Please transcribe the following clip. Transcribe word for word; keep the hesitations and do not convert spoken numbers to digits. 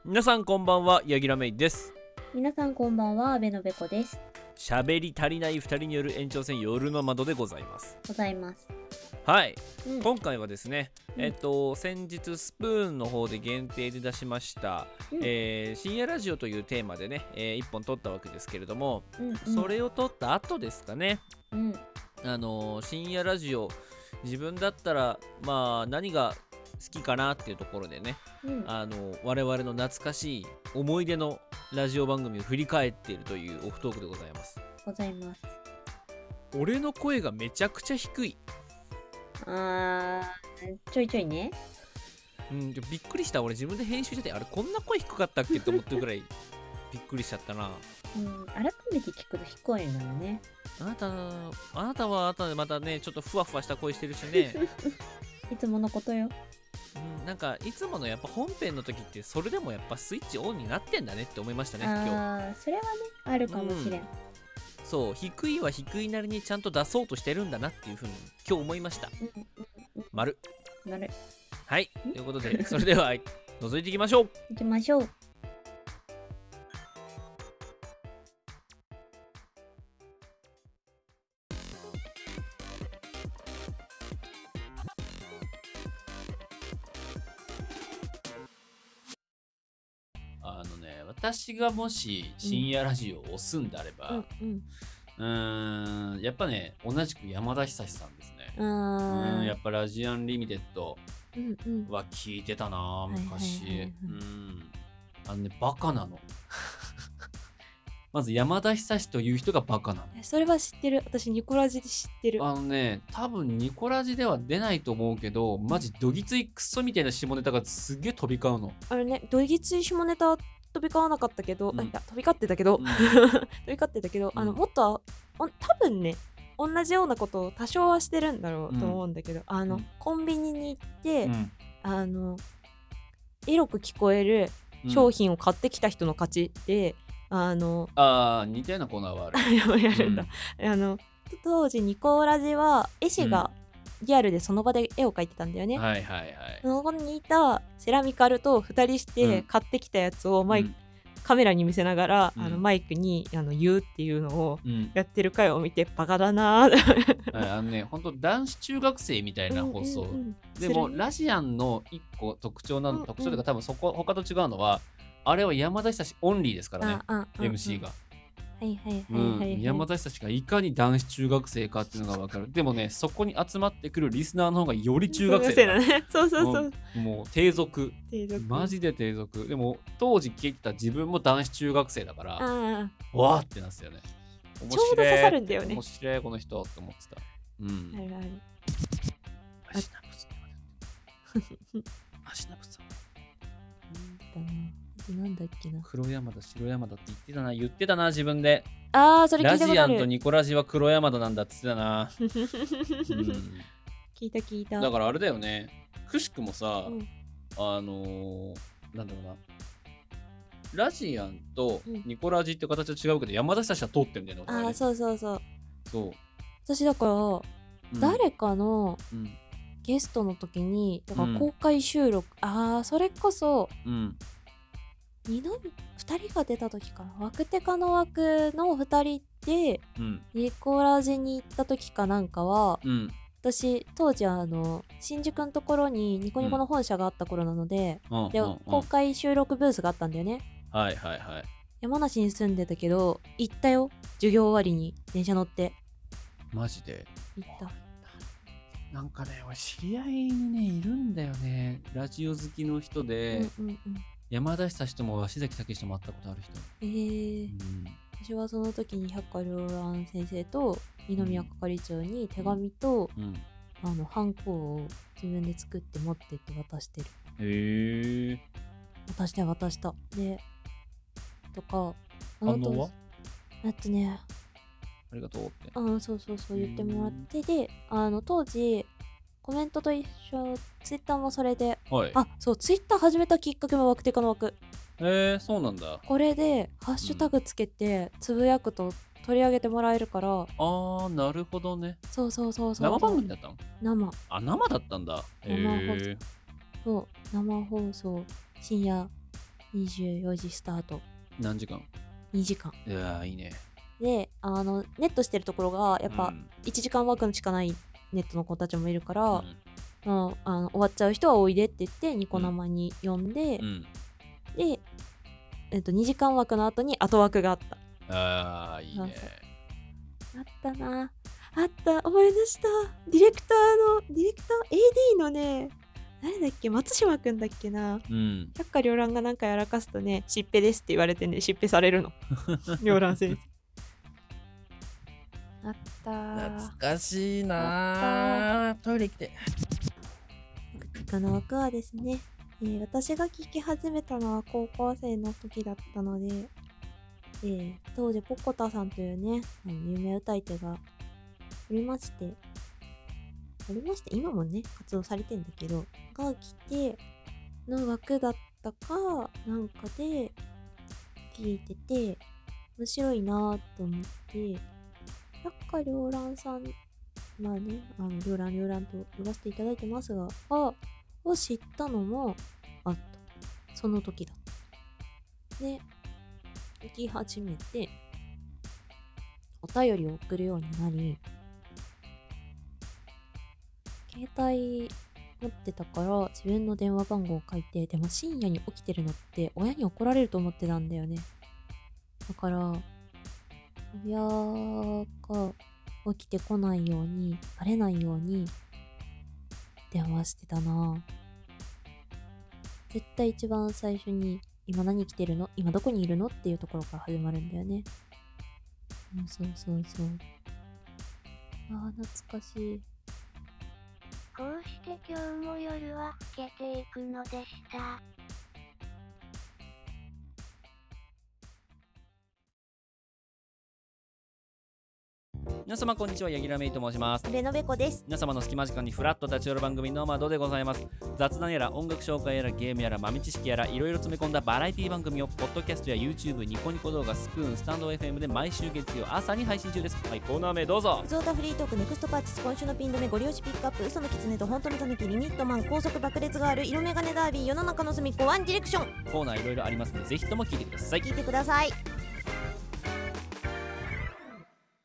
皆さんこんばんは、ヤギラメイです。 皆さんこんばんは、阿部のべこです。 喋り足りないふたりによる延長戦夜の窓でございます。 ございます。 はい、 うん、 今回はですね、 うん、 えっと先日スプーンの方で限定で出しました、 うん、 えー深夜ラジオというテーマでね、えー、いっぽん撮ったわけですけれども、 うん、 それを撮った後ですかね、 うん、 あのー深夜ラジオ自分だったらまあ何が好きかなっていうところでね、 うん、 あの我々の懐かしい思い出のラジオ番組を振り返っているというオフトークでございます。 ございます。 俺の声がめちゃくちゃ低い。 あー、ちょいちょいね。 うん、びっくりした。俺自分で編集してて、あれこんな声低かったっけと思ってるぐらいびっくりしちゃったな。 うん、改めて聞くと低いのよね。 あなた、あなたはあなたでまたね、ちょっとふわふわした声してるしね。 いつものことよ。 うん、なんかいつものやっぱ本編の時ってそれでもやっぱスイッチオンになってんだねって思いましたね、今日。 あー、それはね、あるかもしれん。 うん、そう、低いは低いなりにちゃんと出そうとしてるんだなっていうふうに今日思いました。 うん、うん、 丸。 なる。 はい、ということで、それでは覗いていきましょう。 行きましょう。 あのね、私がもし深夜ラジオを押すんであれば、 うん、 うーん、やっぱね、同じく山田久志さんですね。 うん。 うん、やあっぱラジアンリミテッドー、うん、うん。 は聞いてたな、 はいはいはいはい昔。うん。あのね、バカなの。まず山田久志という人がバカなの。 それは知ってる。私、ニコラジで知ってる。 あのね、多分ニコラジでは出ないと思うけど、マジどぎついクソみたいな下ネタがすげえ飛び交うの。 あれね、どぎつい下ネタ飛び交わなかったけど、 うん、 あいや飛び交ってたけど、 うん、 飛び交ってたけど、 うん、 あのもっと多分ね、同じようなことを多少はしてるんだろうと思うんだけど、うん、あの、うん、コンビニに行って、うん、あのエロく聞こえる商品を買ってきた人の勝ちで、うん、あのあー似たようなコーナーはある。 やるんだ、うん、あの当時ニコラジは絵師が、うん、リアルでその場で絵を描いてたんだよね。 はいはいはい。 そこにいたセラミカルとふたりして買ってきたやつをマイ、うん、カメラに見せながら、うん、あのマイクにあの言うっていうのをやってる回を見て、バカだなーあのね、ほんと男子中学生みたいな放送、うんうんうん、でもラジアンの一個特徴なの、うんうん、特徴というか多分そこ他と違うのは、あれは山田久志オンリーですからね、エムシー が。 はいはいはいはい、はい、 うん、山田久志がいかに男子中学生かっていうのが分かる。でもね、そこに集まってくるリスナーの方がより中学生だ、 ね、そうそうそう、 もう、もう低俗低俗マジで低俗。でも当時聞いてた自分も男子中学生だから、 あわーってなってたよね。 面白い、ちょうど刺さるんだよね。 面白いこの人って思ってた。うん。 あるある。 アシナブツアシナブツなんだっけな。 黒山田、白山田って言ってたな、言ってたな、自分で。 あー、それ聞いたことある。 ラジアンとニコラジは黒山田なんだって言ってたな。うん、 聞いた聞いた。 だからあれだよね。くしくもさ、 うん、 あのー、なんだろうな。ラジアンとニコラジって形は違うけど、うん、山田久志は通ってるんだよね。 あー、そうそうそう。 そう。 私だから、うん、誰かのゲストの時に、だから公開収録、うん、あー、それこそ、うんにのふたりが出た時かな、ワクテカの枠のふたりで、うん、ニコラジに行った時かなんかは、うん、私当時あの新宿のところにニコニコの本社があった頃なので、うん、で、うん、公開収録ブースがあったんだよね。 はいはいはい。 山梨に住んでたけど行ったよ、授業終わりに電車乗って。 マジで行った。 なんかね、俺知り合いにねいるんだよね、ラジオ好きの人で、うんうんうん、山田久志とも鷲崎武史とも会ったことある人。 えーうん、私はその時に百花繚乱先生と二宮係長に手紙と、うん、あのハンコを自分で作って持ってって渡してる。 へえ。 渡して渡した。で、とか、 あの反応はえっとね、 ありがとうって。 うん、そうそうそう言ってもらって、で、あの当時、コメントと一緒、ツイッターもそれで、はい、あ、そう、ツイッター始めたきっかけもワクテカの枠。 えー、そうなんだ。 これでハッシュタグつけてつぶやくと取り上げてもらえるから、うん、 あー、なるほどね。 そうそうそうそう。 生番組だったの？ 生。 あ、生だったんだ。 生放送。そう、生放送、深夜にじゅうよじスタート。 何時間？ にじかん。 いやーいいね。 で、あのネットしてるところがやっぱいちじかんワークしかないネットの子たちもいるから、うん、うん、あの終わっちゃう人はおいでって言ってニコ生に呼んで、うん、で、えっと、にじかん枠の後に後枠があった。 あーいいね。 あったなあった、思い出した。ディレクターのディレクター エーディー のね、誰だっけ、松島くんだっけな、うん、百花繚乱がなんかやらかすとね、しっぺですって言われてね、しっぺされるの繚乱先生。あったー、 懐かしいなー。トイレ来て。 この枠はですね、えー、私が聞き始めたのは高校生の時だったので、えー、当時ポコタさんというね、あの有名歌い手がおりましておりまして今もね活動されてんだけど、が来ての枠だったかなんかで聞いてて面白いなと思って、百花繚乱さん、まあね、あの繚乱繚乱と呼ばせていただいてますが、あを知ったのもあった。その時だった。で、聞き始めて、お便りを送るようになり、携帯持ってたから自分の電話番号を書いて、でも深夜に起きてるのって親に怒られると思ってたんだよね。だから、親が起きてこないように、バレないように電話してたな。絶対一番最初に今何着てるの？今どこにいるの？っていうところから始まるんだよね。うん、そうそうそう。ああ、懐かしい。 こうして今日も夜は更けていくのでした。 皆様こんにちは、ヤギラメイと申します。 レノベコです。 皆様の隙間時間にフラッと立ち寄る番組の窓でございます。雑談やら音楽紹介やらゲームやら豆知識やらいろいろ詰め込んだバラエティ番組をポッドキャストや YouTube、ニコニコ動画、スプーン、スタンド エフエム で毎週月曜朝に配信中です。はい、コーナー名どうぞ。 ゾータフリートークネクストパーティス、今週のピン止めご利用しピックアップ、嘘の狐と本当のタヌキ、リミットマン、高速爆裂ガール、色眼鏡ダービー、世の中の隅っこワンディレクション。 コーナーいろいろありますのでぜひとも聞いてください。 聞いてください。